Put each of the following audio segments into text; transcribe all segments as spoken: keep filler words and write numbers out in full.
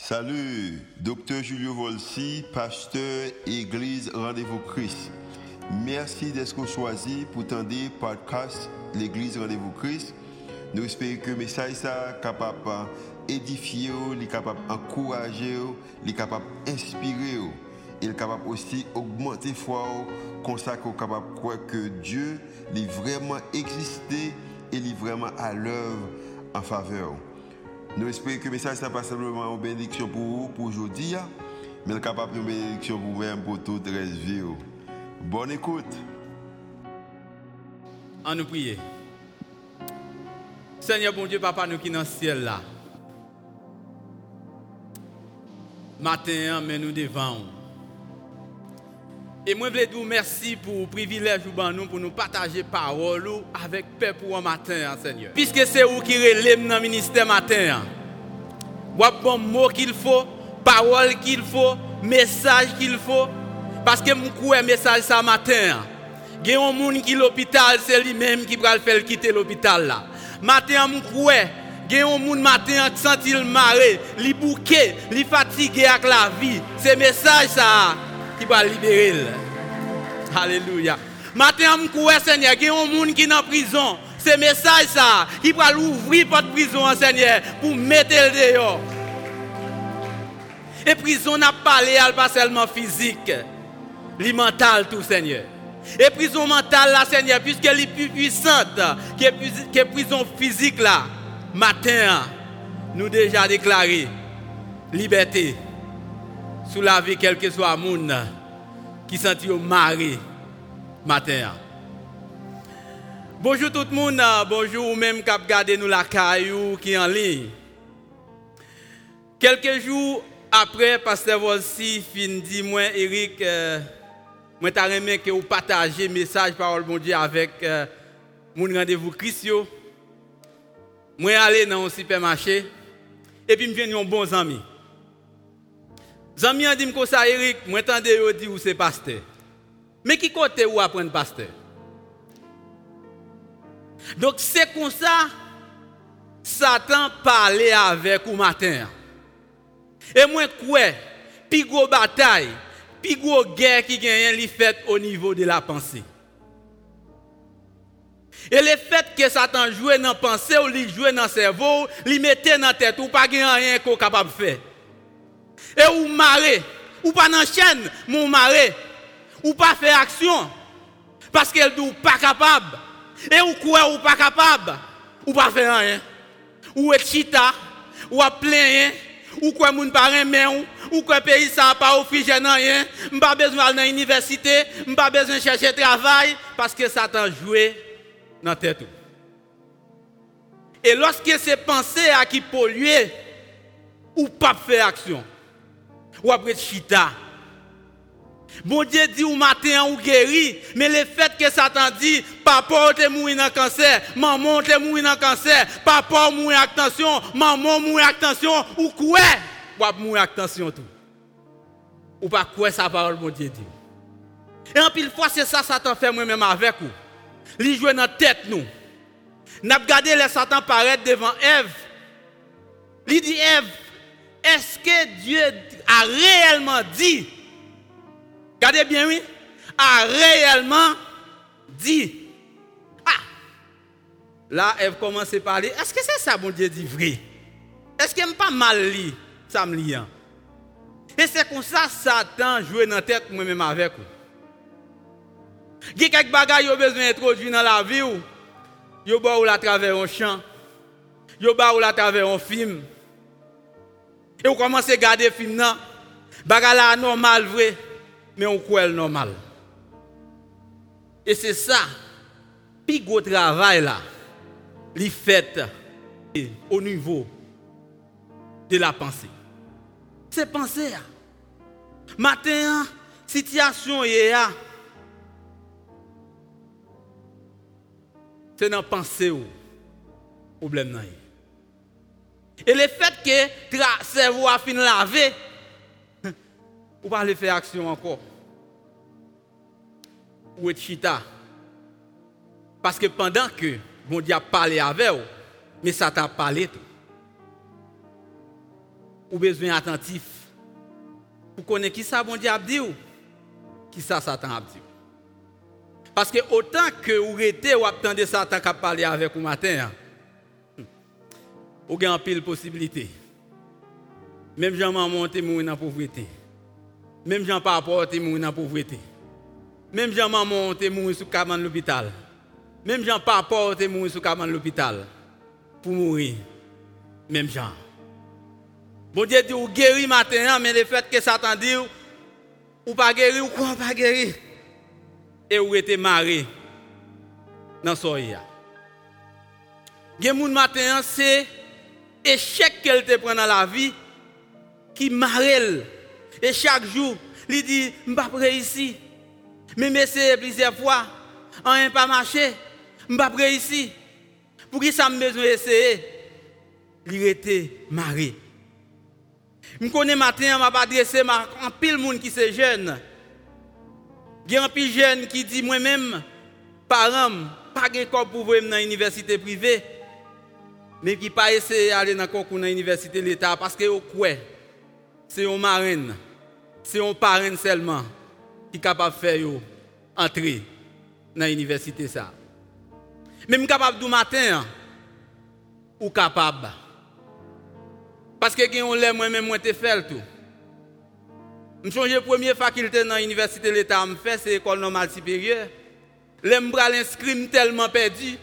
Salut, docteur Julio Volsi, pasteur Église Rendez-vous Christ. Merci d'être choisi pour tendre podcast l'Église Rendez-vous Christ. Nous espérons que le message est capable d'édifier, capable d'encourager, capable d'inspirer. Il est capable aussi d'augmenter la foi, comme ça qu'on est capable de croire que Dieu est vraiment existé et est vraiment à l'œuvre en faveur. Nous espérons que le message n'est pas simplement une bénédiction pour vous, pour aujourd'hui, mais capable de une bénédiction pour vous-même, pour toute la vie. Bonne écoute. On nous prie. Seigneur bon Dieu, Papa, nous qui dans le ciel là. Matin, mais nous devant. Et moi, je veux dire merci pour le privilège nous pour nous partager parole avec paix pour un matin, Seigneur. Puisque c'est vous qui relève dans le ministère matin. Vous avez bon mot qu'il faut, parole qu'il faut, message qu'il faut. Parce que je crois un message ça matin. Il y a un monde qui est à l'hôpital, c'est lui-même qui va le faire quitter l'hôpital là. Matin, je crois. Il y a un monde matin qui sent il marre, il bouqué, il fatigué avec la vie. C'est message ça qui va libérer. Alléluia. Matin, je crois, Seigneur, il y a un monde qui est en prison. C'est message ça qui va ouvrir votre prison, Seigneur, pour mettre le dehors. Et prison n'a pas parlé, pas seulement physique, li mental tout, Seigneur. Et prison mentale là, Seigneur, puisqu'elle est plus puissante que la prison physique là, matin, nous déjà déclaré liberté sous la vie, quel que soit le monde qui sentit marre matin. Bonjour tout le monde, bonjour ou même qui a regardé nous la caillou qui est en ligne. Quelques jours après, Pasteur Volsi fin dit moi Eric, euh, moi t'a aimé que vous partagez message parole bon Dieu avec euh, mon rendez-vous Christ. Moi aller dans un supermarché et puis me vient un bon ami. Zami a dit comme ça Eric, moi tande yo dit ou c'est pasteur. Mais qui côté ou apprendre pasteur? Donc c'est comme ça Satan parlait avec vous matin. Et moi quoi, plus gros bataille, plus gros guerre qui gagne li fait au niveau de la pensée. Et le fait que Satan joue dans la pensée ou li joue dans le cerveau, li mette dans la tête ou pas rien qu'on capable de faire. Et ou marrer, ou pas dans chaîne, mon marrer, ou pas faire action parce qu'elle dit pas capable. Et ou quoi ou pas capable, ou pas faire rien. Ou être chita, ou à plein, ou quoi moun pa remen ou quoi pays ça pas offrir rien, m'pas besoin aller dans l'université, m'pas besoin chercher travail parce que Satan joué dans tête. Et lorsque ces pensées à qui polluer ou pas faire action, ou après chita. Bon Dieu dit au matin ou guéri, mais le fait que Satan dit papa te mourir dans cancer, maman te mourir dans cancer, papa mourir avec tension, maman mourir avec tension, ou quoi? Ou mourir avec tension tout. Ou pas quoi sa parole bon Dieu dit. Et en pile fois c'est ça Satan fait moi même avec vous. Il joue dans tête nous. N'a regardé les Satan paraître devant Ève. Il dit Ève, est-ce que Dieu a réellement dit? Regardez bien, oui. A réellement dit. Ah. Là, Ève commence à parler. Est-ce que c'est ça, bon Dieu dit vrai? Est-ce qu'il n'a pas mal lu, ça me lit? Et c'est comme ça, Satan joue dans la tête, moi-même avec vous. Il y a quelques bagages qui ont besoin d'introduire dans la vie. Il y a à travers un chant. Il y a à travers un film. Et vous commencez à regarder le film. Bagage là normal, vrai. Mais on croit normal. Et c'est ça, puis gros travail là, li fait au niveau de la pensée. C'est penser. Matin, situation est là. C'est dans la pensée ou problème là. Et le fait que le cerveau a fini laver, ou pas le faire action encore. Ou être chita. Parce que pendant que bon Dieu a parlé avec vous, mais Satan a parlé tout. ou besoin attentif pour connaître qui ça bon Dieu a dit ou qui ça Satan a dit. Parce que autant que vous êtes ou attendez Satan qui parler avec vous matin, vous avez en pile possibilité. Même Jean maman te mourir dans pauvreté. Même Jean papa te mourir dans pauvreté. Même Jean maman te mourir sous cabane de l'hôpital. Même Jean papa te mourir sous cabane de l'hôpital pour mourir. Même Jean. Bon Dieu dit ou guéri matin mais le fait que Satan dit ou pas guéri ou quoi pas guéri et ou était maré dans soya. Gen moun matin c'est échec qu'elle te prend dans la vie qui marrel et chaque jour il dit m'pas réussi même essayer plusieurs fois rien pas marché m'pas réussi pour qui ça me besoin essayer il était marré. Je connais matin m'a adressé en pile monde qui c'est jeune. Il y a un pile jeune qui dit moi-même parents pas de corps pour voir dans université privée mais qui pas essayer aller dans concours dans université l'état parce que quoi c'est un marraine c'est un parrain seulement qui capable faire yo entrer dans l'université ça. Même capable du matin ou capable parce que on l'a moi-même moi te fait tout. Je songe première faculté dans l'université l'état me fait c'est école normale supérieure. L'aime bral inscrit tellement perdu.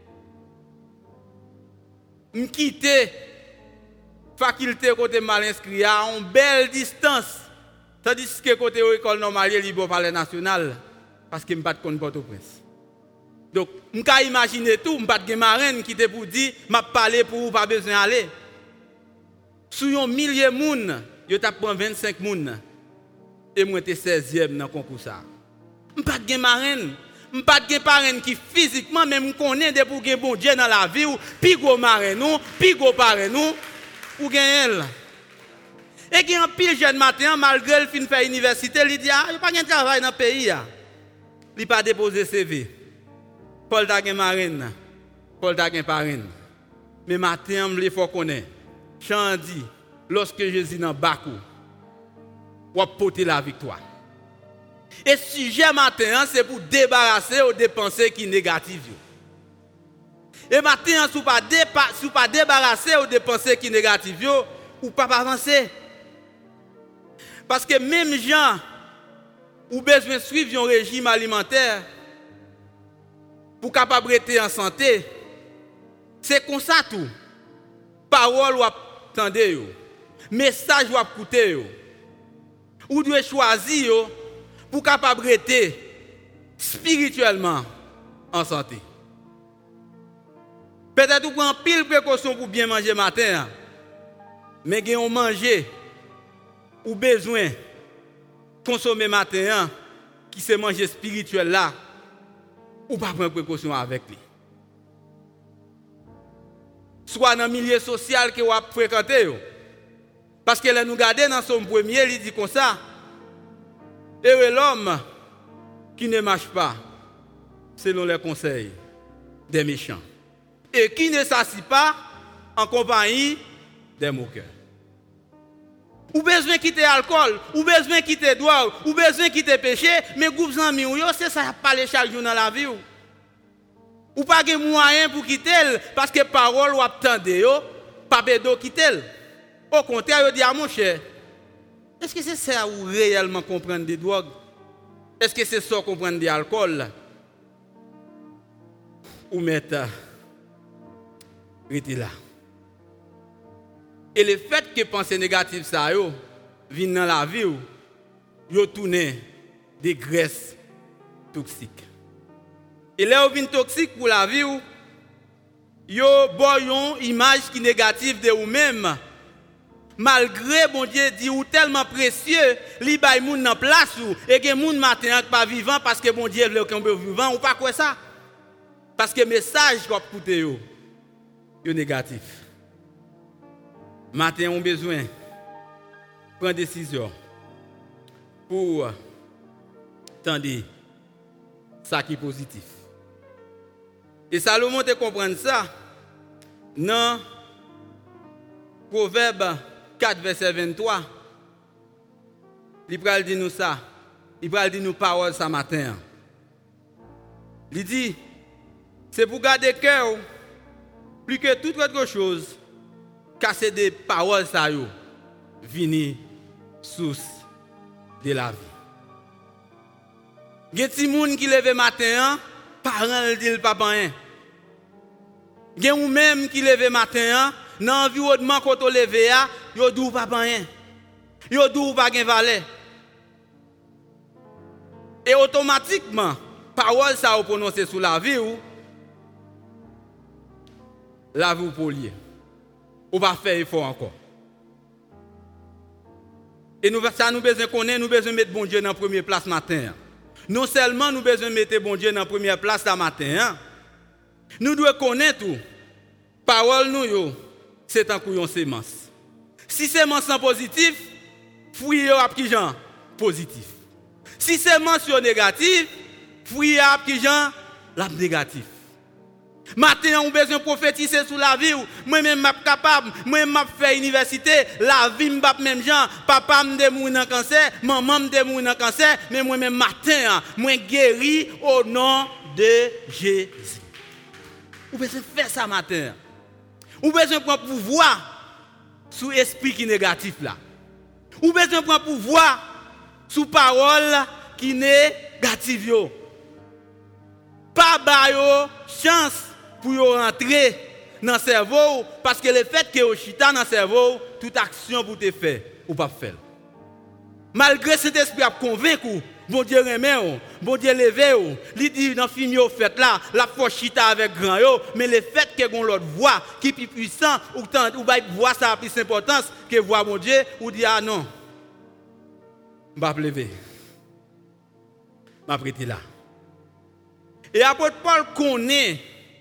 Me quitter faculté côté mal inscrit à une belle distance. Tandis que côté école normale libre palais national parce que me pas de Port-au-Prince. Donc me ka imaginer tout, me pas de marraine qui te pour dire m'a parler pour pas besoin aller. Sur un millier moun, yo t'a prend vingt-cinq moun et moi t'es seizième dans concours ça. Me pas de marraine, me pas de parrain qui physiquement même connaît de pour gen bon Dieu dans la vie ou pi gros marraine nous, pi gros parrain nous ou gen elle. Et qui en pile jeune matin malgré le fin faire université, il dit ah, il pas de travail dans le pays ah. Il pas déposer C V. Paul t'a gen marraine. Paul t'a gen parrain. Mais matin il faut connaître. Jean dit lorsque Jésus dans Bakou ou porter la victoire. Et sujet matin c'est pour débarrasser aux pensées qui négatives. Et matin si pas si pas débarrasser aux pensées qui négatives ou pas avancer. Parce que même gens ou besoin suivre un régime alimentaire pour capable être en santé, c'est comme ça tout. Parole ou attendez yo, message ou écouter yo. Ou doit choisir yo pour capable être spirituellement en santé. Peut-être vous prend pile précaution pour bien manger matin, mais vous manger ou besoin consommer matin qui se manger spirituel là ou pas prendre précaution avec lui. Soit dans le milieu social que vous fréquentez. Parce que là nous regardons dans son premier, il dit comme ça. Et l'homme qui ne marche pas selon les conseils des méchants. Et qui ne s'assit pas en compagnie des moqueurs. Ou besoin quitter l'alcool, ou besoin quitter drogue, ou besoin quitter péché, mais groupe amis ou c'est ça parler chaque jour dans la vie ou. Ou pas de moyen pour quitter parce que parole ou attendez yo, pas bedo quitter. Au contraire, il dit à mon cher, est-ce que c'est ça ou réellement comprendre des drogues? Est-ce que c'est ça comprendre de l'alcool? Ou mettre rester là. Et le fait que pensée négative ça yo viennent dans la vie yo tourner des graisses toxiques. Et là où vient toxique pour la vie yo boyon image qui négative de ou même malgré bon Dieu dit ou tellement précieux li bay moun dans place ou et gen moun matin pas vivant parce que bon Dieu veut qu'on peut vivant ou pas quoi ça parce que message qu'on écouter yo yo négatif. Matin, on a besoin de prendre des décisions pour tendre ça qui est positif. Et Salomon te comprendre ça dans Proverbe quatre, verset vingt-trois, il va dire nous ça. Il va dire nous parole ce matin. Il dit, c'est pour garder cœur plus que toute autre chose, car c'est des paroles ça yo, vini source de la vie. Il y a des gens qui lèvent matin, parents ne disent pas rien. Il y a des même qui lèvent matin, dans l'environnement quand on lève, ils ne disent pas rien. Ils ne disent pas de valeur. Et automatiquement, parole ça vous prononcez sur la vie ou la vie pour lier. On va faire effort encore. Et nous ça nous besoin connaître, nous besoin mettre bon Dieu dans la première place matin. Non seulement nous besoin mettre bon Dieu dans la première place ce matin, nous devons connaître tout. Parole nous yo, c'est un couillon sémence. Si sémence en positif, fruit yo a qui genre positif. Si sémence yo négatif, fruit a qui genre la négatif. Matin, on besoin prophétiser sur la vie. Moi-même, je suis capable. Moi-même, je fais université. La vie, je suis même gens. Papa me démoule dans cancer. Maman me démoule dans cancer. Mais moi-même, matin, je guéris au nom de Jésus. Vous besoin faire ça matin. Vous besoin prendre pouvoir sur l'esprit qui est négatif là. Vous besoin prendre pouvoir sur parole qui est négative. Pas bayo chance pour rentrer dans le cerveau, parce que le fait que vous chita dans le cerveau, toute action pour te faire, ou pas faire. Malgré cet esprit a convaincu, bon Dieu remet, bon Dieu levé, il dit dans le film au fait là, la force chita avec grand yo, mais le fait que vous l'autre voix qui est plus puissant, ou ou bah voix ça a plus d'importance que voix mon Dieu, ou dit ah non, je vais lever, je vais prêter là. Et apôtre Paul connaît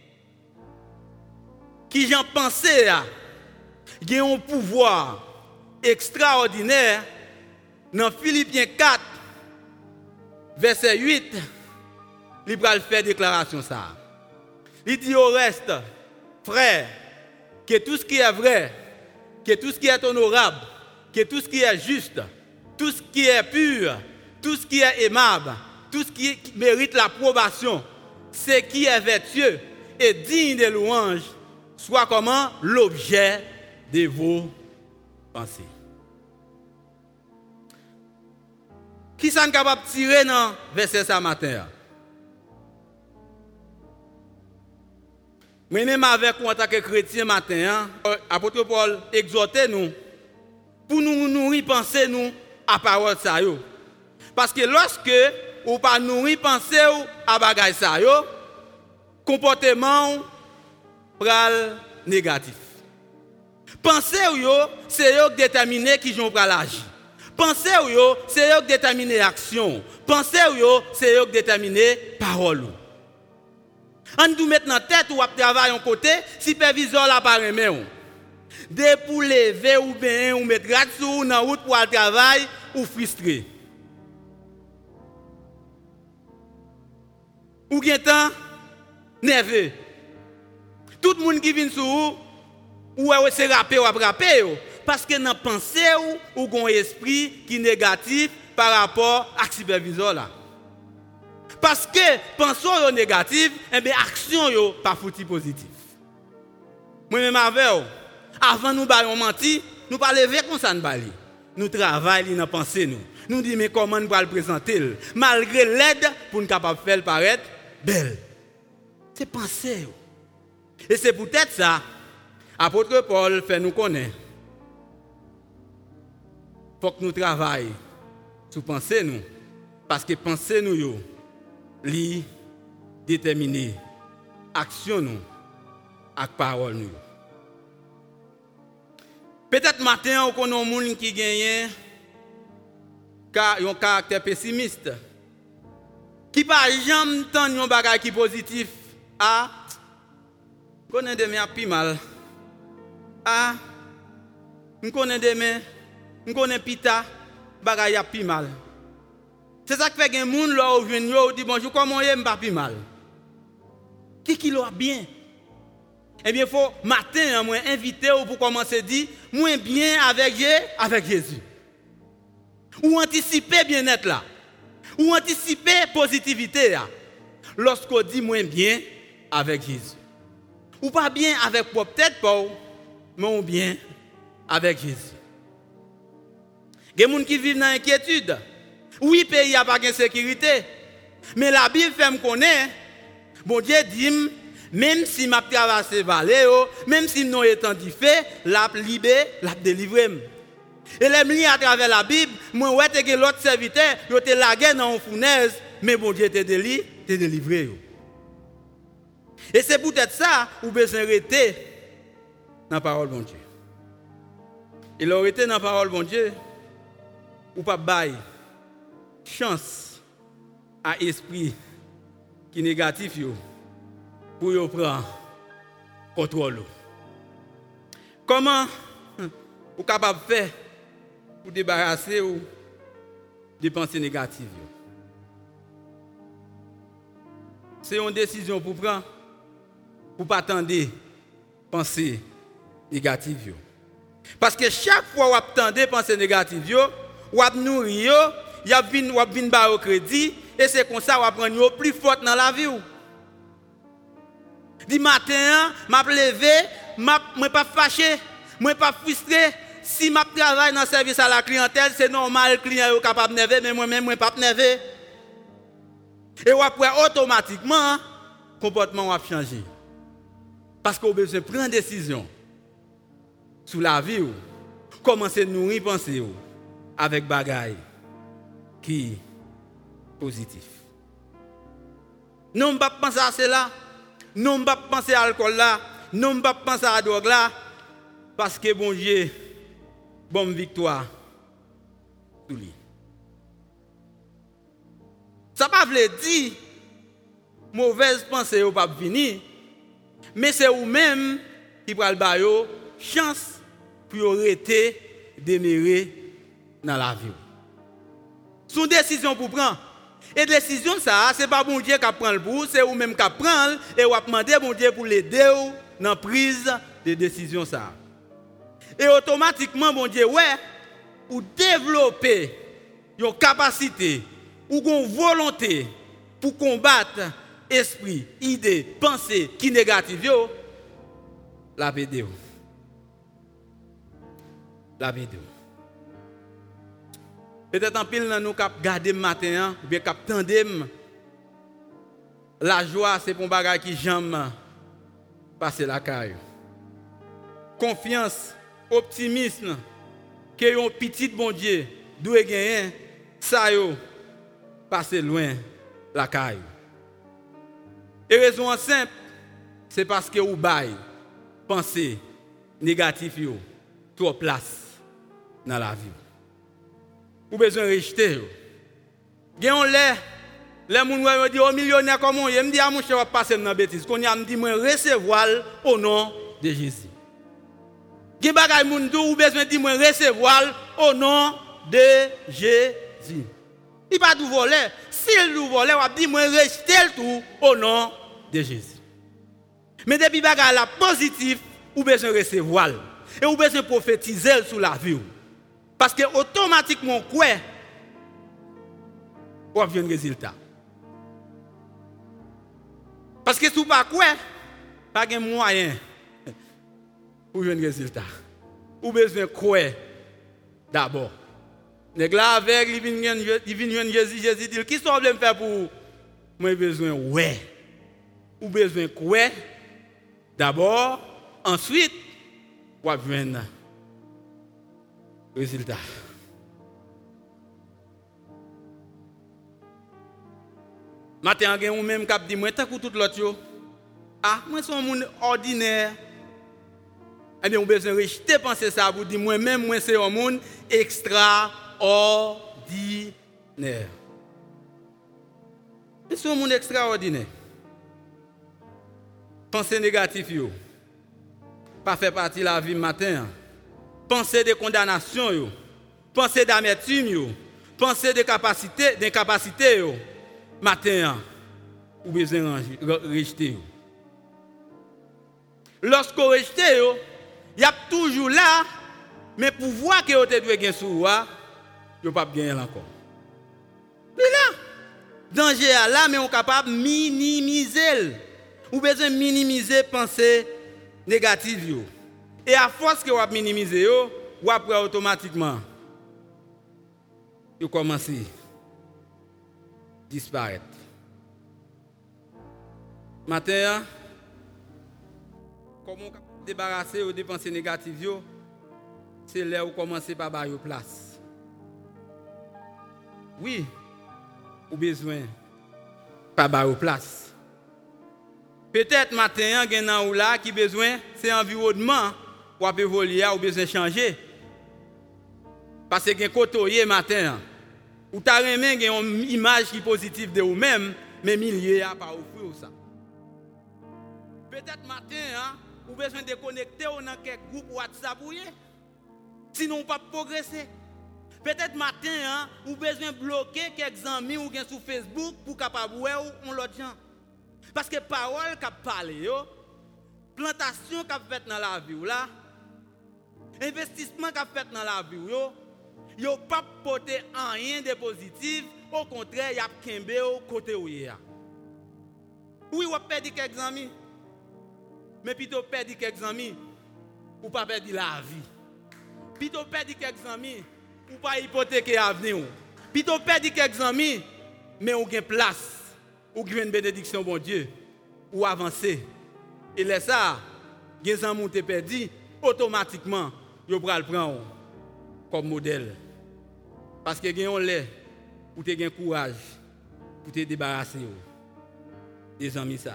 qui j'en pensais à, il y a un pouvoir extraordinaire dans Philippiens quatre, verset huit, il va faire déclaration ça. Il dit au reste, frère, que tout ce qui est vrai, que tout ce qui est honorable, que tout ce qui est juste, tout ce qui est pur, tout ce qui est aimable, tout ce qui mérite l'approbation, ce qui est vertueux et digne de louange, soit comment l'objet de vos pensées. Qui sont capables de tirer dans le verset ce matin? Moi-même avec vous en tant que chrétien matin, apôtre Paul exhortait nous pour nous nourrir penser nous à parole ça yo. Parce que lorsque ou pas nourrir penser à bagay ça yo, comportement pral négatif. Penser yo c'est yo qui déterminer qui j'on pral agir. Penser yo c'est yo qui déterminer action. Penser yo c'est yo qui déterminer parole. On nous mettre dans tête ou à travailler en côté, superviseur la pas remet ou. Dès pour lever ou bien ou mettre grade sur dans route pour le travail ou frustré. Ou bien temps nerveux. Tout le monde qui vient sur vous, ou c'est rappé ou rappé, parce que dans pensée ou ou un esprit qui est négatif par rapport à superviseur là. Parce que pensée est négative, et bien action yo pas fouti positif. Moi même avec avant nous baillons menti, nous pas lever comme ça nous bali. Nous travaillons dans pensée nous. Nous dit mais comment nous va le présenter malgré l'aide pour nous capable faire paraître belle. C'est penser. Et c'est peut-être ça, apôtre Paul fait nous connaître. Il faut que nous travaillions sur penser nous. Parce que penser nous, yo, li déterminer action nous, avec parole nous. Peut-être matin, on connaît un monde qui gagne un caractère pessimiste. Qui par jamais tant un bagage qui positif. Ah, je connais des mains plus mal. Ah, je connais des mains, je connais pita, bagage plus mal. C'est ça qui fait que les gens là où viennent dit bonjour comment est pas plus mal. Qui qui l'a bien? Eh bien, il faut matin, moi inviter pour commencer à dire, moi bien avec Jésus, avec Jésus. Ou anticiper bien-être là. Ou anticiper positivité là. Lorsqu'on dit moins bien avec Jésus. Ou pas bien avec propre tête, mais ou bien avec Jésus. Il y a des gens qui vivent dans l'inquiétude. Oui, le pays n'a pas de sécurité. Mais la Bible fait me connaître. Bon Dieu dit, même si je traverse les vallées, même si nous étant fait, la libéré, la délivré. Et les liens à travers la Bible, moi, ouais, que l'autre serviteur, il était lagué dans une fournaise, mais bon Dieu t'a délivré. Et c'est peut-être ça où besoin rester dans la parole de Dieu. Et leur été dans la parole de Dieu, ou pas bail chance à esprit qui est négatif yo, pour yo prendre contrôle. Comment vous capable de faire pour débarrasser ou des pensées négatives? C'est une décision pour prendre, pour ne pas attendre pensées négatives. Parce que chaque fois que vous attendez pensées négatives, vous avez nourri, vous avez un crédit, et c'est comme ça que vous prenez plus fort dans la vie. Du matin, je me levé, je ne suis pas fâché, je ne suis pas frustré. Si je travaille dans le service à la clientèle, c'est normal que le client est capable de nerver, mais moi-même, je ne suis pas nerveux. Et après, automatiquement, le comportement va changer. Parce qu'on a besoin de prendre une décision sur la vie, commencer à nourrir penser avec bagaille qui est positif. Non, pas penser à cela. Non, pas penser à l'alcool là. Non, pas penser à la drogue là. Parce que bon Dieu, bonne victoire tout lui. Ça ne veut pas dire mauvaise pensée ou pas venir, mais c'est vous-même qui prenez le chance pour arrêter demeurer dans la vie. C'est une décision pour prendre. Et décision ça, c'est pas bon Dieu qui prend le bout, c'est vous-même qui prend et vous demandez bon Dieu pour l'aider dans la prise de décision ça. Et automatiquement bon Dieu ouais, ou développer une capacité ou une volonté pour combattre esprit, idée, pensée qui négative yo, la vidéo. La vidéo. Peut-être en pile nous cap garder matin ou bien cap tandem. La joie c'est pour bagage qui j'aime passer la caille. Confiance, optimisme que yon petit bon Dieu doit gagner ça yo passer loin la caille. Et raison simple, c'est parce que vous bail penser négatif yo trop place dans la vie. Vous besoin rejeter. Gagne les les gens me dit oh millionnaire comment il me dit ah mon cher va passer dans bêtise qu'on y a me dit moi recevoir au nom de Jésus. Gagne bagay moun dou ou besoin dit moi recevoir au nom de Jésus. Il pas du voler, s'il nous voler on dit moi rejeter tout au nom de Jésus. Mais depuis bagay la positif ou besoin recevoir et ou besoin prophétiser sur la vie. Parce que automatiquement, quoi, on a un résultat. Parce que si vous pas quoi, pas de moyen pour un résultat. Vous besoin de quoi d'abord. Les gars avec, ils viennent Jésus, Jésus dit, qui sont me faire pour moi besoin ouais. Ou besoin de quoi d'abord, ensuite, vous avez un résultat. Matin, on a même cap dit moi tant que tout l'autre ah moi suis un monde ordinaire. Eh bien on besoin rejeter penser ça pour dire moi même moi c'est un monde extraordinaire. C'est un monde extraordinaire. Pensée négative yo pas fait partie de la vie matin. Pensée de condamnation yo, pensée d'amertume yo, pensée de capacité, d'incapacité yo. Matin, ou besoin rejeter. lorsqu'on rejette, il y a toujours là, mais pour voir que vous avez gagné sur vous, vous n'avez pas gagné encore. Mais là, danger est là, mais on est capable de minimiser. Vous avez besoin de minimiser les pensées négatives. Et à force que vous minimiser, vous après automatiquement, vous commencez à disparaître. Matin, comment on débarrasser des pensées négatives, c'est là où vous commencez par avoir place. Oui, vous avez besoin de avoir place. Peut-être matin, il y a un là qui a besoin, c'est l'environnement pour évoluer, ou besoin de changer. Parce que vous avez côtoyé matin. Ou tu as une image qui est positive de vous-même, mais milieu n'a pas offert ça. Peut-être matin, vous avez besoin de connecter dans quelques groupes WhatsApp, sinon vous ne pouvez pas progresser. Peut-être matin, vous avez besoin de bloquer quelques amis ou sur Facebook pour capable voir on l'autre gens. Parce que parole qui parle, plantation qui fait dans la vie là, investissement qui fait dans la vie yo, yo pas porter rien de positif, au contraire, y a kembe au côté où y a. Oui, on perd quelques amis. Mais plutôt perdre quelques amis ou pas perdre la vie. Plutôt perdre quelques amis ou pas hypothéquer l'avenir. Plutôt perdre quelques amis mais on gagne place. Ou gagne une bénédiction bon Dieu ou avancer. Et là ça, les amis te perdu automatiquement, yo pral le prendre comme modèle. Parce que gagne on lait ou te gagne courage pour te débarrasser des amis ça.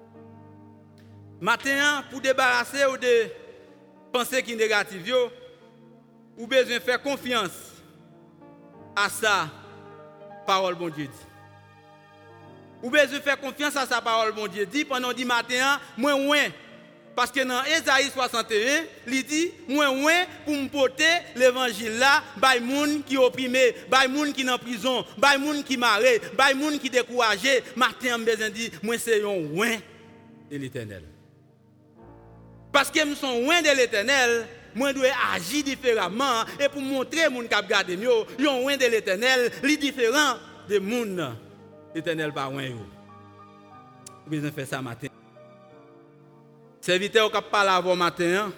Maintenant, pour débarrasser ou de pensées qui sont négatives, vous avez besoin de faire confiance à sa parole, bon Dieu dit. Vous avez besoin de faire confiance à sa parole, bon Dieu dit. Pendant dix matin, moi, ouais. Parce que dans Ésaïe soixante et un, il dit, moi, ouais, pour me porter l'évangile là, by moun qui opprimé, by moun qui en prison, by moun qui maré, by moun qui découragé. Matin, je besoin de dire, moi, c'est un ouais de l'Éternel. Parce que je suis loin de l'Éternel, moi je dois agir différemment. Et pour montrer mon cap garder mieux, je suis loin de l'Éternel, il différent de mon l'Éternel pas loin. Vous besoin faire ça matin. Serviteur qui parle avant matin,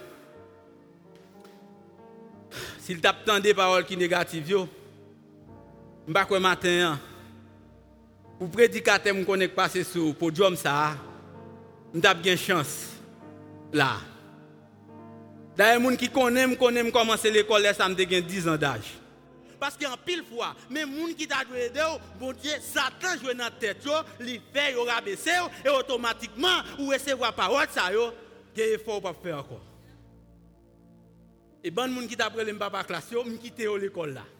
s'il t'attend des paroles qui négatives, yo, m'pa quoi matin. Pour prédicateur me connaît passer sur podium ça, m't'a bien chance. Là. D'ailleurs, les gens qui connaissent, connaissent commencer l'école, ça me fait dix ans d'âge. Parce qu'en pile fois, même les gens qui t'a joué de bon Dieu, Satan joue dans la tête, il fait, il rabaisser, et automatiquement, ou recevoir parole, ça, il y a effort pour faire encore. Et bon, les gens qui t'a pris le papa classe, ils quittent l'école là.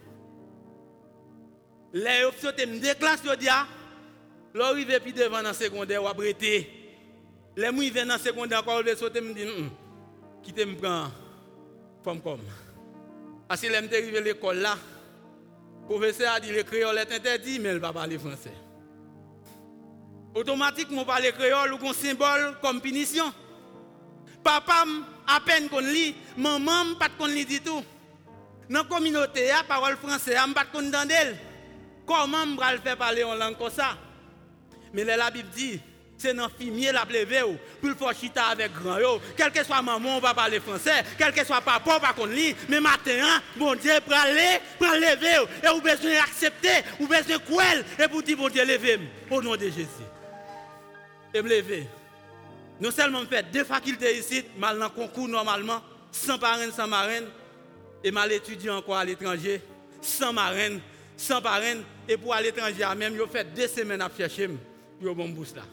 Les options, ils me déclassent, ils disent, l'arrivée puis devant dans le secondaire, ou abrité. Les gens qui viennent dans le secondaire, encore le sauter, me disent, quittez me prendre femme comme. Parce que les gens arrivés à l'école là, le professeur a dit que le créole est interdit, mais il ne va pas parler français. Automatiquement, parler créole ou un symbole comme punition. Papa, à peine qu'on lit, maman, pas qu'on lit du tout. Dans la communauté, la parole française, je ne pas qu'on entendre. Comment je vais le faire parler en langue comme ça? Mais la Bible dit, c'est dans le fumier la plève, pour le faire chita avec grand yo. Quel que soit maman, on va parler français, quel que soit papa, on va qu'on lit. Mais matin, bon Dieu, pour aller, pour lever, et vous besoin d'accepter, vous besoin de croire, et pour dire, bon Dieu, levez-moi, au nom de Jésus. Et me lever. Non seulement faire deux facultés ici, mal dans le concours normalement, sans parrain, sans marraine, et mal étudier encore à l'étranger, sans marraine, sans parrain, et pour à l'étranger même, il fait deux semaines à chercher, pour bon bourse là.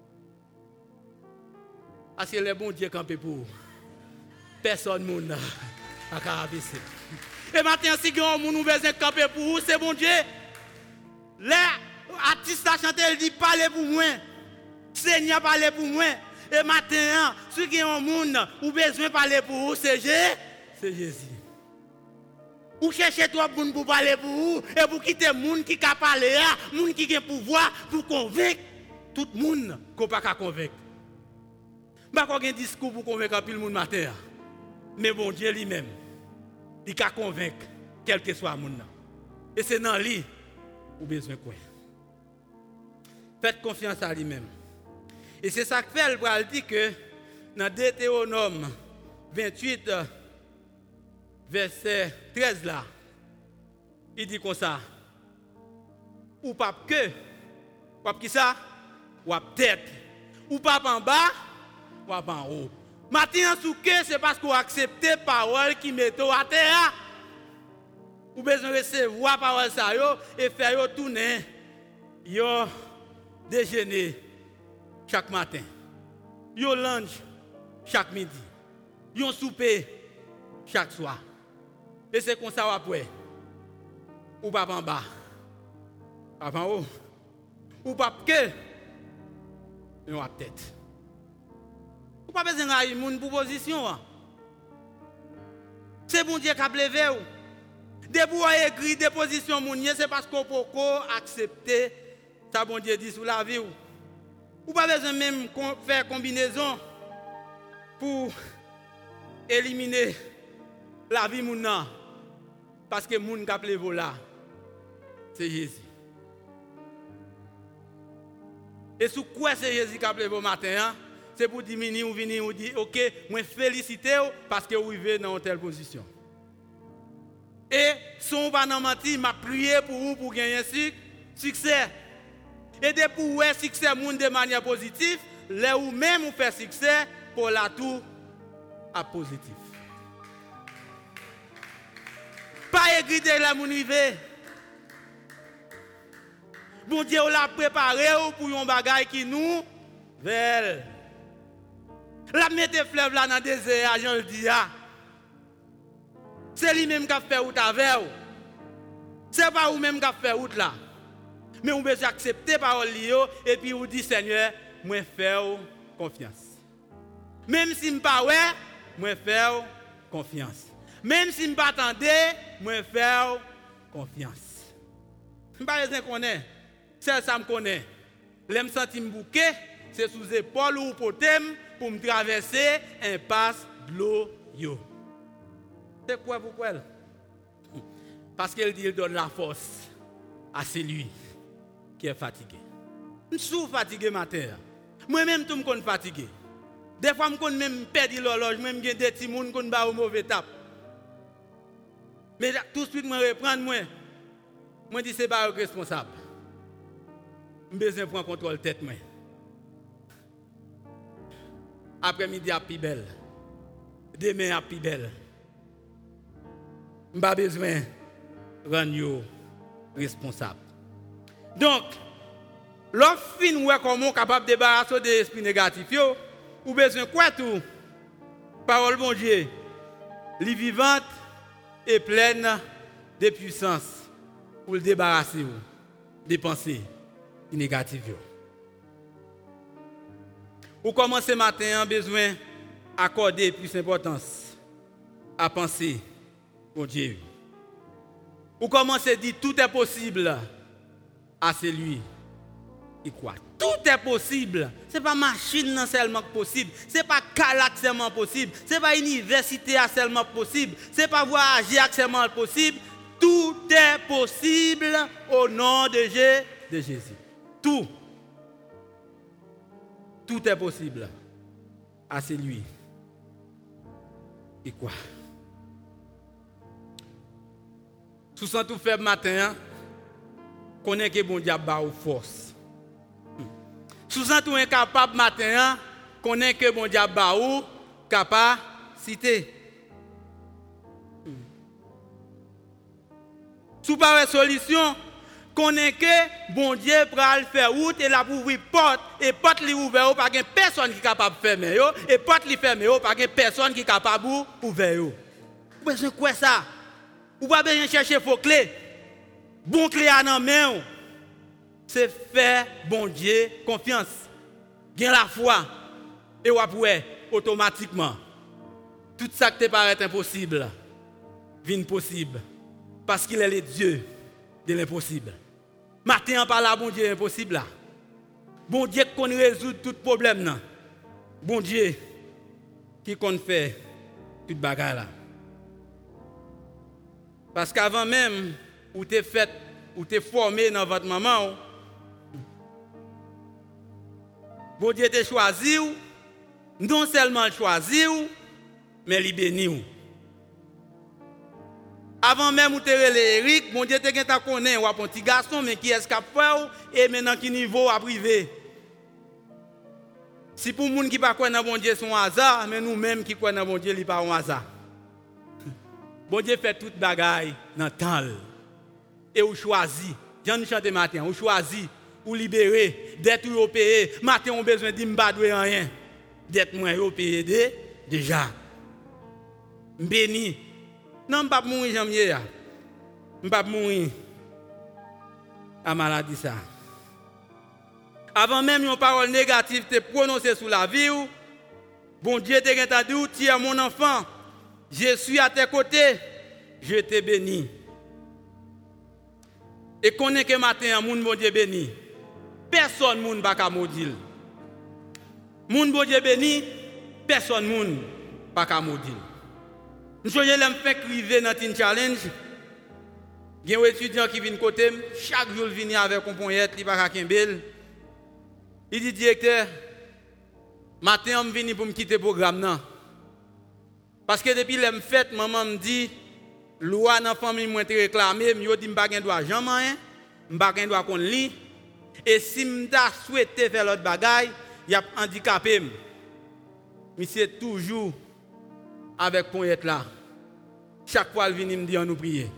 Parce que les bons Dieu campent pour vous. Personne ne n'a pas abaisser. Et maintenant, si vous avez besoin de camper pour vous, c'est bon Dieu. Les artistes qui chantent, ils disent parlez pour moi. Seigneur, parlez pour moi. Et maintenant, si vous avez besoin de parler pour vous, c'est Jésus. Vous cherchez trois personnes pour parler pour vous et vous quittez les gens qui ont parlé, les gens qui ont le pouvoir pour convaincre tout le monde qu'on ne peut pas convaincre. Pas qu'on ait un discours pour convaincre plus le monde matin. Mais bon Dieu lui-même, il peut convaincre quel que soit le monde. Et c'est dans lui ou besoin quoi. Faites confiance à lui-même. Et c'est ça que fait le bras dit que dans Deutéronome vingt-huit, verset treize là, il dit comme ça. Ou pas que, ou qui ça? Ou tête. Ou pas en bas, ou en haut. Maintenant, sous que c'est parce qu'on accepte les paroles qui mettent à terre. Ou besoin de recevoir la parole ça et faire yo tourner, yo déjeuner chaque matin. Yo lunch chaque midi. Yo souper chaque soir. Et c'est comme ça après. Ou pas en bas. Pas en haut. Ou pas que. Yo à tête. Ou pas besoin d'aller moun pour position. C'est bon Dieu qui a levé ou. Depuis qu'on a écrit des positions mounier, c'est parce qu'on peut accepter ça bon Dieu dit sur la vie. Ou pas besoin même faire combinaison pour éliminer la vie mouna. Parce que moun qui a levé là, c'est Jésus. Et sous quoi c'est Jésus qui a levé au matin, hein? C'est pour diminuer ou venir ou dire, ok, moi féliciter parce que vous vivez dans une telle position. Et son pas nan menti, m'a prié pour vous pour gagner succès. Et de pour ouais succès moun de manière positive, là où même vous fait succès pour la tout à positif. Pas égriter la moun rive. Bon Dieu l'a préparé pour un bagage qui nous belle. La mettre fleuve là dans le désert, j'en le dis. C'est lui-même qui a fait route avec vous. Ce n'est pas vous-même qui a fait route là. Mais vous devez accepter la parole et puis vous dites, Seigneur, moi faire confiance. Même si je ne pas ouais, moi faire confiance. Même si je ne pas attendre, moi faire confiance. Je ne pas besoin de connaître. C'est ça que je connais. Je me sens bouquet, c'est sous épaule ou potem pour me traverser un passe de l'eau. C'est quoi pourquoi? Parce qu'elle dit qu'il donne la force à celui qui est fatigué. Je suis fatigué matin. Moi-même, tout le monde est fatigué. Des fois, je même perdu l'horloge, même des petits gens qui ont une mauvaise étape. Mais tout de suite, je reprends moi. Je dis que ce n'est pas responsable. Je ai besoin de prendre contrôle de la tête. Après-midi, à plus belle. Demain, à plus belle. Je n'ai pas besoin de rendre responsable. Donc, lorsque vous êtes comment capable de débarrasser des esprits négatifs, vous avez besoin de quoi tout? Parole bon Dieu, li vivante et pleine de puissance pour le débarrasser des pensées négatives. Vous commencez matin, vous avez besoin d'accorder plus d'importance à penser. Bon Dieu. Ou commencez à dire tout est possible à celui qui croit. Tout est possible. Ce n'est pas machine seulement possible. Ce n'est pas calac seulement possible. Ce n'est pas université seulement possible. Ce n'est pas voyager seulement possible. Tout est possible au nom de Jésus. Tout. Tout est possible à celui qui croit. Sous ça tout fait matin, connaît que bon diable a force. Sous ça tout incapable matin, connaît que bon diable a capacité. Sous pas de solution, connaît que bon Dieu pral faire route et la pour ouvrir porte et porte li ouvert pas gen personne qui capable fermer yo et porte li fermer yo pas gen personne qui capable ouvert yo. Vous besoin quoi ça? Ou pas besoin chercher faux clés. Bon clé à nan main. C'est faire bon Dieu confiance. Gain la foi et ou après automatiquement tout ça qui te paraît impossible vient possible parce qu'il est le Dieu de l'impossible. Matin par là bon Dieu impossible là. Bon Dieu qu'on résout tout problème là. bon Dieu qui compte faire toute bagarre là. Parce qu'avant même, où tu es fait, où tu es formé dans votre maman, bon Dieu t'a choisi, non seulement choisi, mais il béni. Avant même où tu es Eric, bon Dieu t'a connu, ou un petit garçon, mais qui est ce qu'il fait, et maintenant qui niveau à privé. Si pour les gens qui ne croient pas bon Dieu, c'est un hasard, mais nous-mêmes qui croyons bon Dieu, ce n'est pas un hasard. Bon Dieu fait toute bagaille dans le temps. Et vous choisissez, j'en ai chanté matin, vous choisissez, vous libérez, d'être européen. Matin, on a besoin de ne pas rien. D'être moins européen déjà. Béni. Non, je ne vais pas mourir, j'aime Je ne vais pas mourir à maladie. Ça. Avant même une parole négative te prononcée sur la vie, bon Dieu t'a entendu, tu es mon enfant, je suis à tes côtés, je te bénis. Et connais que matin, mon bon Dieu béni, personne ne va pas maudire. Mon bon Dieu béni, personne ne va pas maudire. Nous sommes fait crier dans une challenge. Il y a un étudiant qui vient de côté, chaque jour il vient avec un poignette, il va à Kimbel. Il dit, directeur, matin, je viens pour me quitter le programme. Non. Parce que depuis que je fait, maman me dit, loi dans la famille m'a été réclamée, je dis, je n'ai pas de droit jamais, je n'ai pas de droit qu'on lit. Et si je souhaite faire l'autre bagaille, il y a handicapé. Mais c'est toujours avec poignette là. Chaque fois, il vient me dire, nous prier.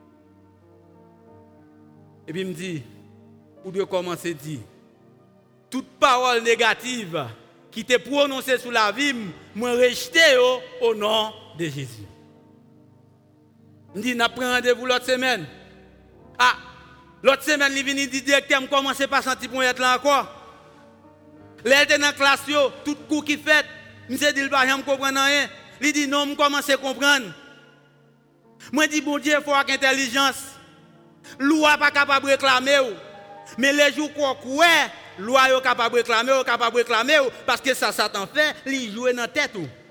Et puis il me dit, où de commencer à dire, toute parole négative qui t'est prononcée sur la vie, moi rejeté au nom de Jésus. Je dis, nous prenons rendez-vous l'autre semaine. Ah, l'autre semaine, il vient dire directeur, je commence à pas sentir pour être là encore. Là, il était dans la classe, tout coup qui fait, je me dit, je ne comprends rien. Il dit, non, je commence à comprendre. Moi, je dis, bon Dieu, il faut avoir intelligence. Loi n'est pas capable de réclamer. Mais les jours qu'on croit, loi est capable de réclamer, est capable de réclamer, parce que ça, ça t'en fait, il joue dans la tête.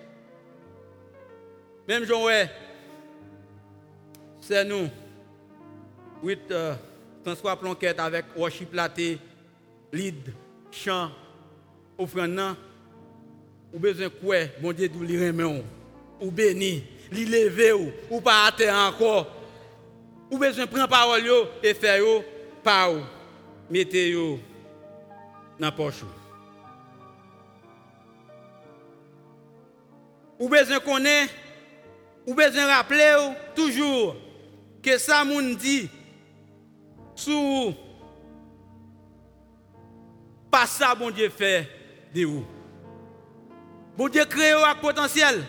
Même Jean, ouais, c'est nous. Oui, euh, François Plonquette avec worship laté, lead, chant, offrande, ou besoin de quoi, bon Dieu, d'où l'y remet, ou béni, l'y lever, ou pas à terre encore. Ou besoin de prendre parole et faire par mettez yo dans la poche. Ou besoin de connaître, ou besoin de rappeler toujours que ça moun dit sous pas ça bon Dieu fait de vous. Bon Dieu crée un potentiel.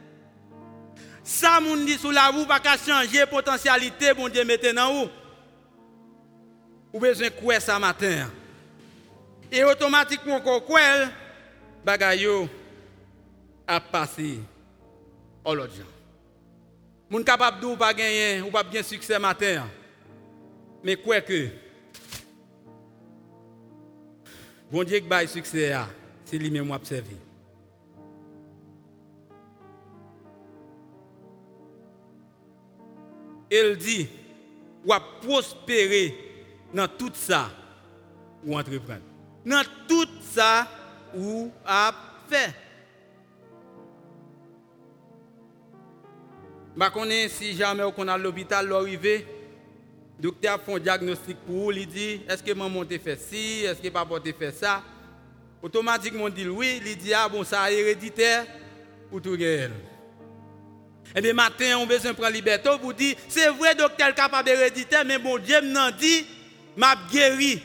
Ça moun dit sous la roue pas qu'à changer potentialité bon Dieu mette dans vous. Ou besoin quoi ça matin. Et automatiquement qu'on quoi bagay yo a passé à l'autre gens. Moun capable d'ou pas gagner ou pas bien succès matin. Mais quoi que bon Dieu qui bail succès a, c'est lui même observer. Il dit, ou à prospérer dans tout ça ou entreprendre. Dans tout ça ou à faire. Je ne sais pas si jamais on a à l'hôpital, l'arrivée, le docteur fait un diagnostic pour vous, il dit, est-ce que maman t'a fait ci, est-ce que papa t'a fait ça? Automatiquement, on dit oui, il dit, ah bon, ça est héréditaire ou tout réel. Et bien, matin, on besoin de prendre liberté pour dire, c'est vrai, docteur, capable d'héréditer, mais bon Dieu m'a dit, m'a guéri.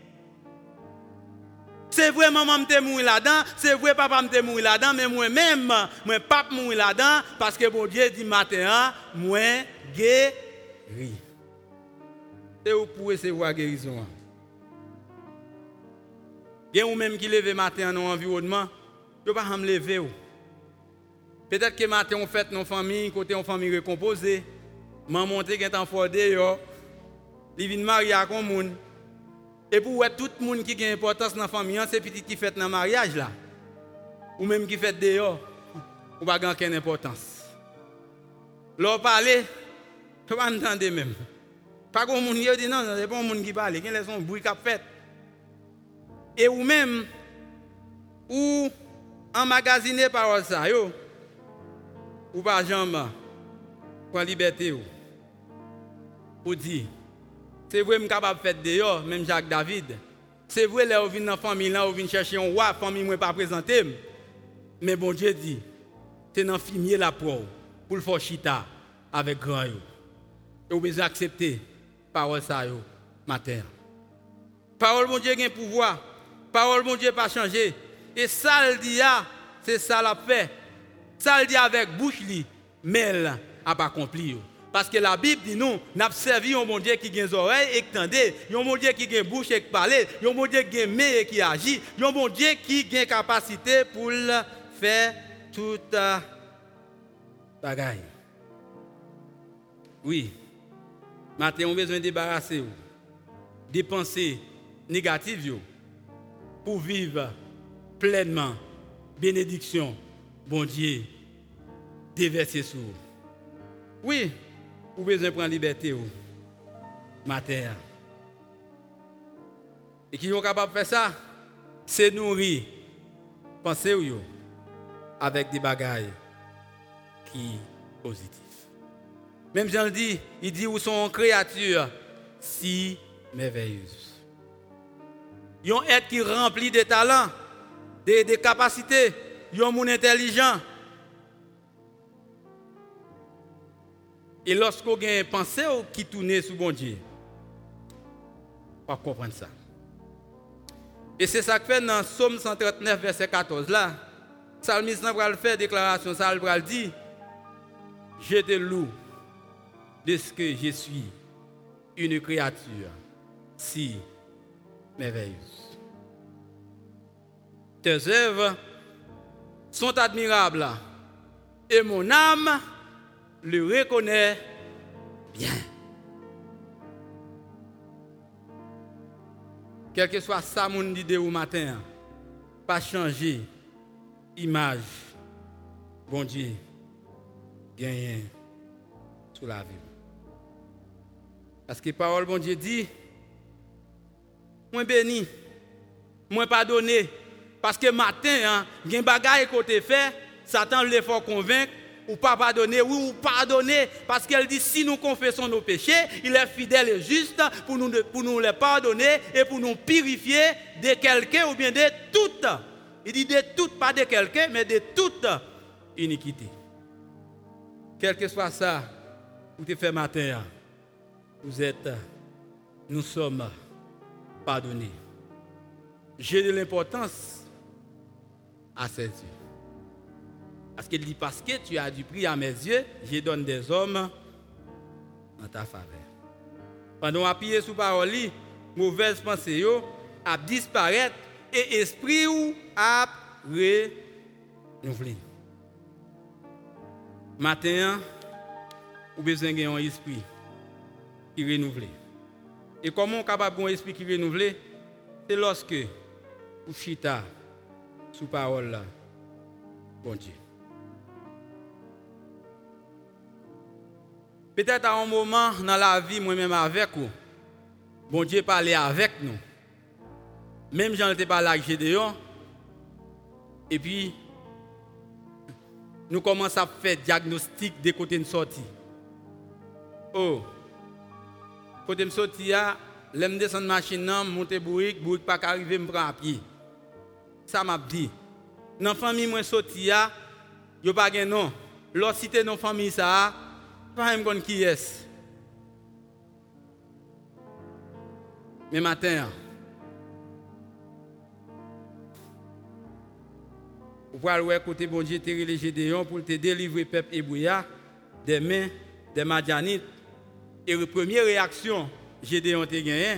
C'est vrai, maman m'a mouru là-dedans, c'est vrai, papa m'a mouru là-dedans, mais moi-même, moi, papa m'a mouru là-dedans, parce que bon Dieu dit, matin, moi, guéri. Et vous pouvez recevoir la guérison. Il y a vous-même qui lève matin dans l'environnement, vous ne pouvez pas me lever. Peut-être que matin on fait nos familles, côté on famille recomposée, maman monte qui est en fordé yo, il vient marier avec un monde. Et pour tout le monde qui a une importance dans la famille, c'est petit qui fait dans le mariage là. ou même qui fait dehors, ou pas aucune importance. Leur parler, tu vas entendre même. Pas comme moun qui dit non, c'est pas un monde qui parle, qui laisse un bruit qui fait. Et ou même ou emmagasiner parole ça yo, ou pas jambe pour la liberté ou. Ou dit c'est vrai me capable faire dehors même Jacques David. C'est vrai là ou vinn dans famille là ou vinn chercher un roi, famille moi pas présenter. Mais bon Dieu dit c'est dans fumier la pour pour le faire chita avec grand yo. Et vous besoin accepter parole ça yo matin. Parole mon Dieu a un pouvoir. Parole mon Dieu pas changer. Et ça le dit c'est ça la fait. Ça le dit avec bouche li, mais elle a pas accompli. Parce que la Bible dit nous, n'a servi un bon Dieu qui a des oreilles et qui entend, un bon Dieu qui a une bouche et qui parle, un bon Dieu qui a une main et qui agit, un bon Dieu qui a une capacité pour faire toute bagaille. Oui. Maintenant, on a besoin de débarrasser des pensées négatives pour vivre pleinement bénédiction, bon Dieu, déverser sur vous. Oui, vous avez besoin de prendre liberté matin. Et qui sont capables de faire ça, c'est nourrir, penser avec des bagailles qui sont positives. Même Jean le dit, il dit où sont créatures si merveilleuses. Ils ont un être qui rempli de talents, de, de capacités, ils ont un monde intelligent. Et lorsqu'on a une pensée qui tourne sur bon Dieu, on va comprendre ça. Et c'est ça que fait dans Psaume cent trente-neuf, verset quatorze là. Le psalmiste va le faire déclaration, ça va le dire. Je te loue de ce que je suis une créature si merveilleuse. Tes œuvres sont admirables et mon âme le reconnaît bien. Quel que soit ça mon idée au matin, pas changer image. Bon Dieu, gagne sous la vie. Parce que la parole bon Dieu dit, moi béni, moi pardonné. Parce que matin, hein, il y a des bagailles côté fait, Satan l'effort convaincre, ou pas pardonner, oui, ou pardonner. Parce qu'elle dit, si nous confessons nos péchés, il est fidèle et juste pour nous, pour nous les pardonner et pour nous purifier de quelqu'un ou bien de toute. Il dit de toute, pas de quelqu'un, mais de toute iniquité. Quel que soit ça, vous te fait matin, vous êtes, nous sommes pardonnés. J'ai de l'importance à ses yeux. Parce qu'il dit, parce que tu as du prix à mes yeux, je donne des hommes en ta faveur. Pendant appuyer sur parole, mauvaise pensée a disparaître et esprit ou a renouvelé. Matin, vous avez besoin d'un esprit qui renouvelle. Et comment on est capable d'un esprit qui renouvelle? C'est lorsque vous chita sous parole là, bon Dieu. Peut-être à un moment dans la vie, moi-même avec vous, bon Dieu parlait avec nous. Même j'en étais parlé avec Gédéon. Et puis, nous commençons à faire diagnostic des côtés de sortie. Oh, côté de sortie, je me descends de la machine, je monte bourrique, bourrique pas arriver, je me prends à pied. Ça m'a dit. Dans la famille, moi, sortie, je n'ai pas de nom. Lorsque cité dans la famille, ça, pas même qui est. Mais matin, vous pouvez aller côté bon Dieu, les Gédéon pour te délivrer peuple Ébouya des mains des Madianites. Et la première réaction, Gédéon te gagné.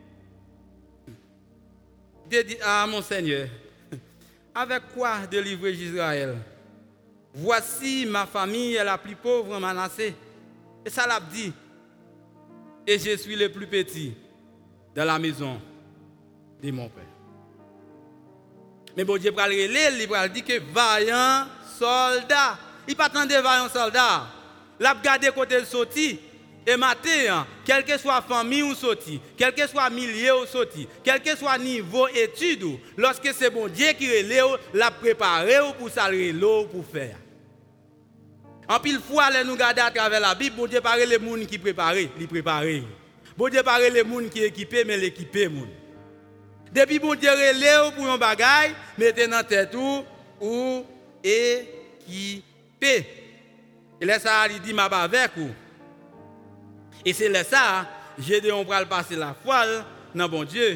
Il dit à mon Seigneur, avec quoi délivrer Israël? Voici ma famille est la plus pauvre en Manassé. Et ça l'a dit. Et je suis le plus petit dans la maison de mon père. Mais bon Dieu va le relire, il va dire que vaillant soldat. Il pas attendre vaillant soldat. L'a regarder côté le sorti et matin, quelle que soit famille ou sorti, quel que soit milieu ou sorti, quel que soit niveau étude, lorsque c'est bon Dieu qui relève, l'a préparé pour ça le pour faire. En pile fois, nous regardons à travers la Bible, bon Dieu parle les gens qui préparent, les préparent. Bon Dieu parle les gens qui équipent, mais l'équipent. Depuis bon Dieu relève pour un bagage, mettez dans tête ou ou équipé. Et là ça il dit m'a pas avec vous. Et c'est là ça, j'ai dit on va passer la foi dans bon Dieu.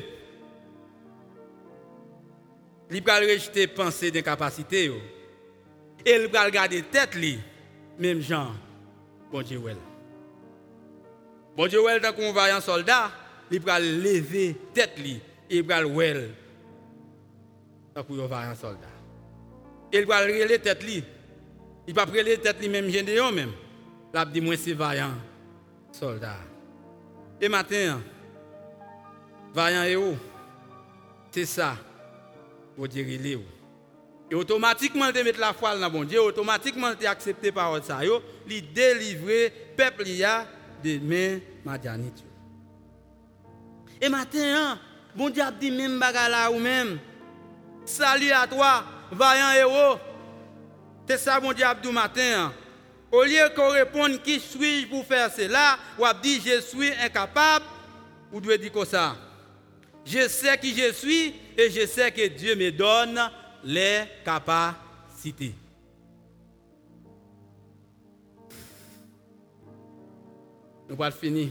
Il va rejeter penser d'incapacité et il va garder tête li même Jean. Bon Dieu well. Bon Dieu well tant qu'on va un soldat, il va lever tête li. Il va le well pour un vaillant soldat. Il va le tête li. Il va prendre tête li même génération même. L'a dit moi c'est vaillant soldat. Et matin vaillant héros. C'est ça. Pour dire il et automatiquement il mettre la foi dans bon Dieu, automatiquement il accepter parole ça yo, li délivrer peuple ya de main madianite. Et matin bon Dieu a dit même bagarre là ou même. Salut à toi, vaillant héros. C'est ça bon Dieu a dit matin. Au lieu qu'on réponde qui suis-je pour faire cela, ou a dit je suis incapable, ou doit dire comme ça. Je sais qui je suis et je sais que Dieu me donne les capacités. Nous allons finir.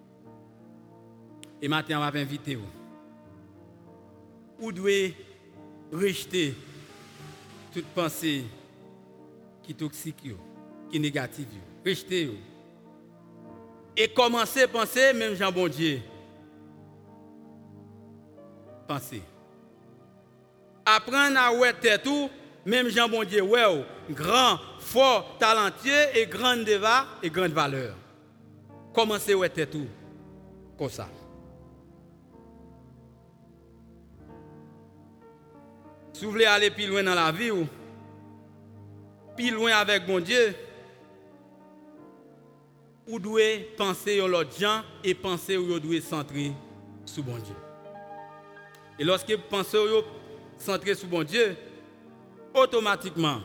Et maintenant, on va inviter vous. Vous devez rejeter toute pensée qui est toxique, qui est négative. Rejeter. Et commencer à penser, même Jean bon Dieu. Penser. Apprendre à ouais tout, même Jean bon Dieu, ouais, grand, fort, talentueux et grande déva et grande valeur. Commencer à ouais tout. Comme ça. Si vous voulez aller plus loin dans la vie, ou plus loin avec mon Dieu, vous devez penser à l'autre gens et penser à vous devez centrer sur mon Dieu. Et lorsque vous pensez à vous centrer sur mon Dieu, automatiquement,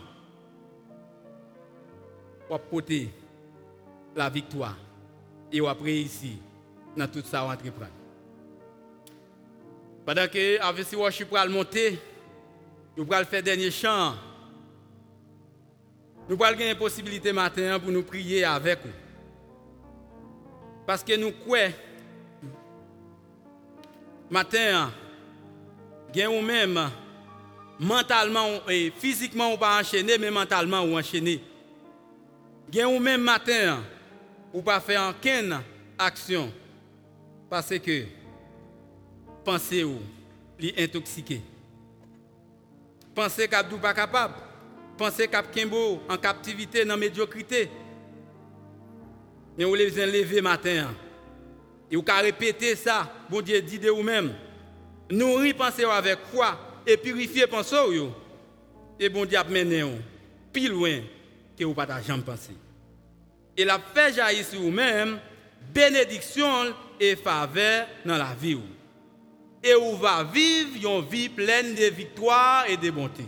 vous porter la victoire et vous réussir dans tout ça vous entreprendre. Pendant que avec si worship va monter, nous allons faire dernier chant. Nous allons avoir une possibilité matin pour nous prier avec vous. Parce que nous croyons, matin, nous même, mentalement et physiquement, on pas enchaîner, mais mentalement, on enchaîner. Nous même matin, on pas faire aucune action. Parce que, pensez vous, les intoxiquer. Pensez qu'Abdou pas capable. Pensez qu'Abkembo en captivité dans la médiocrité. Mais vous les lever matin. Et vous pouvez répéter ça. Bon Dieu dit de vous-même. Nourrir pensez avec foi et purifier pensez vous. Et bon Dieu a mené vous plus loin que vous pas jamais penser. Et la fait jaillir sur vous-même bénédiction et faveur dans la vie. Et vous va vivre une vie pleine de victoire et de bonté.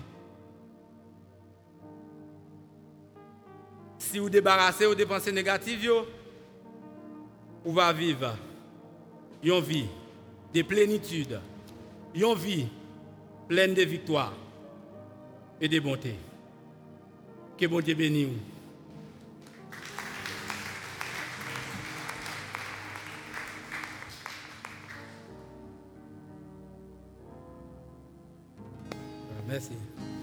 Si vous débarrassez des pensées négatives, vous va vivre une vie de plénitude, une vie pleine de victoire et de bonté. Que bon Dieu bénisse vous. Merci.